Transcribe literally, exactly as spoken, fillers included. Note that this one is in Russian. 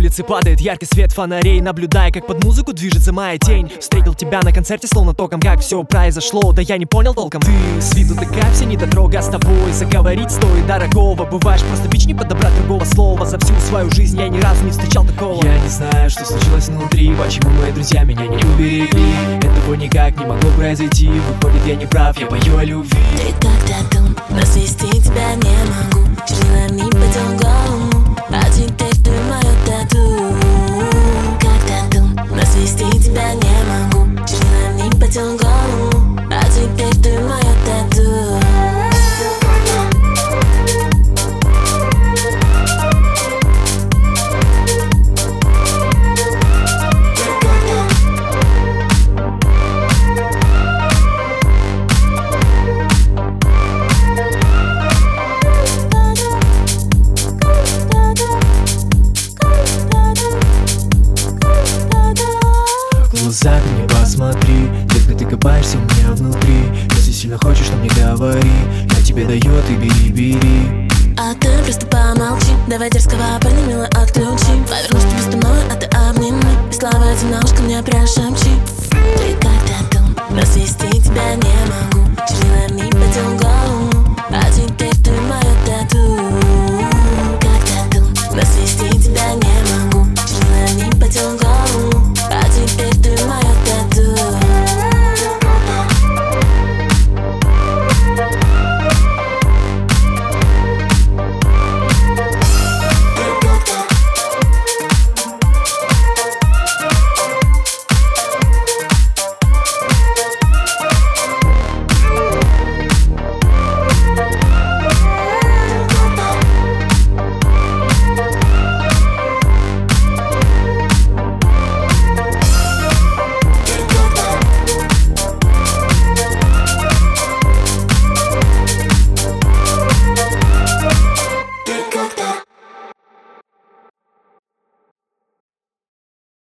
улице падает яркий свет фонарей, наблюдая, как под музыку движется моя тень. Встретил тебя на концерте словно током, как все произошло, да я не понял толком. Ты с виду такая вся недотрога, с тобой заговорить стоит дорогого. Бываешь просто бич, не подобрать другого слова. За всю свою жизнь я ни разу не встречал такого. Я не знаю, что случилось внутри, почему мои друзья меня не уберегли. Этого никак не могло произойти, выходит я не прав, я пою о любви. Ты как тату, развести тебя не могу. Чернилами потел голову, а теперь ты мое тату. Как тату, развести тебя не могу. Чернилами потел голову, а теперь ты мое тату. Глаза ты мне посмотри, детка, ты копаешься у меня внутри. Если сильно хочешь, то мне говори, я тебе даю, ты бери, бери. А ты просто помолчи, давай дерзкого парня мило отключи. Повернусь тебе спиной, а ты обними, и слова эти на ушко мне прошепчи. Ты как тату, развести тебя не могу.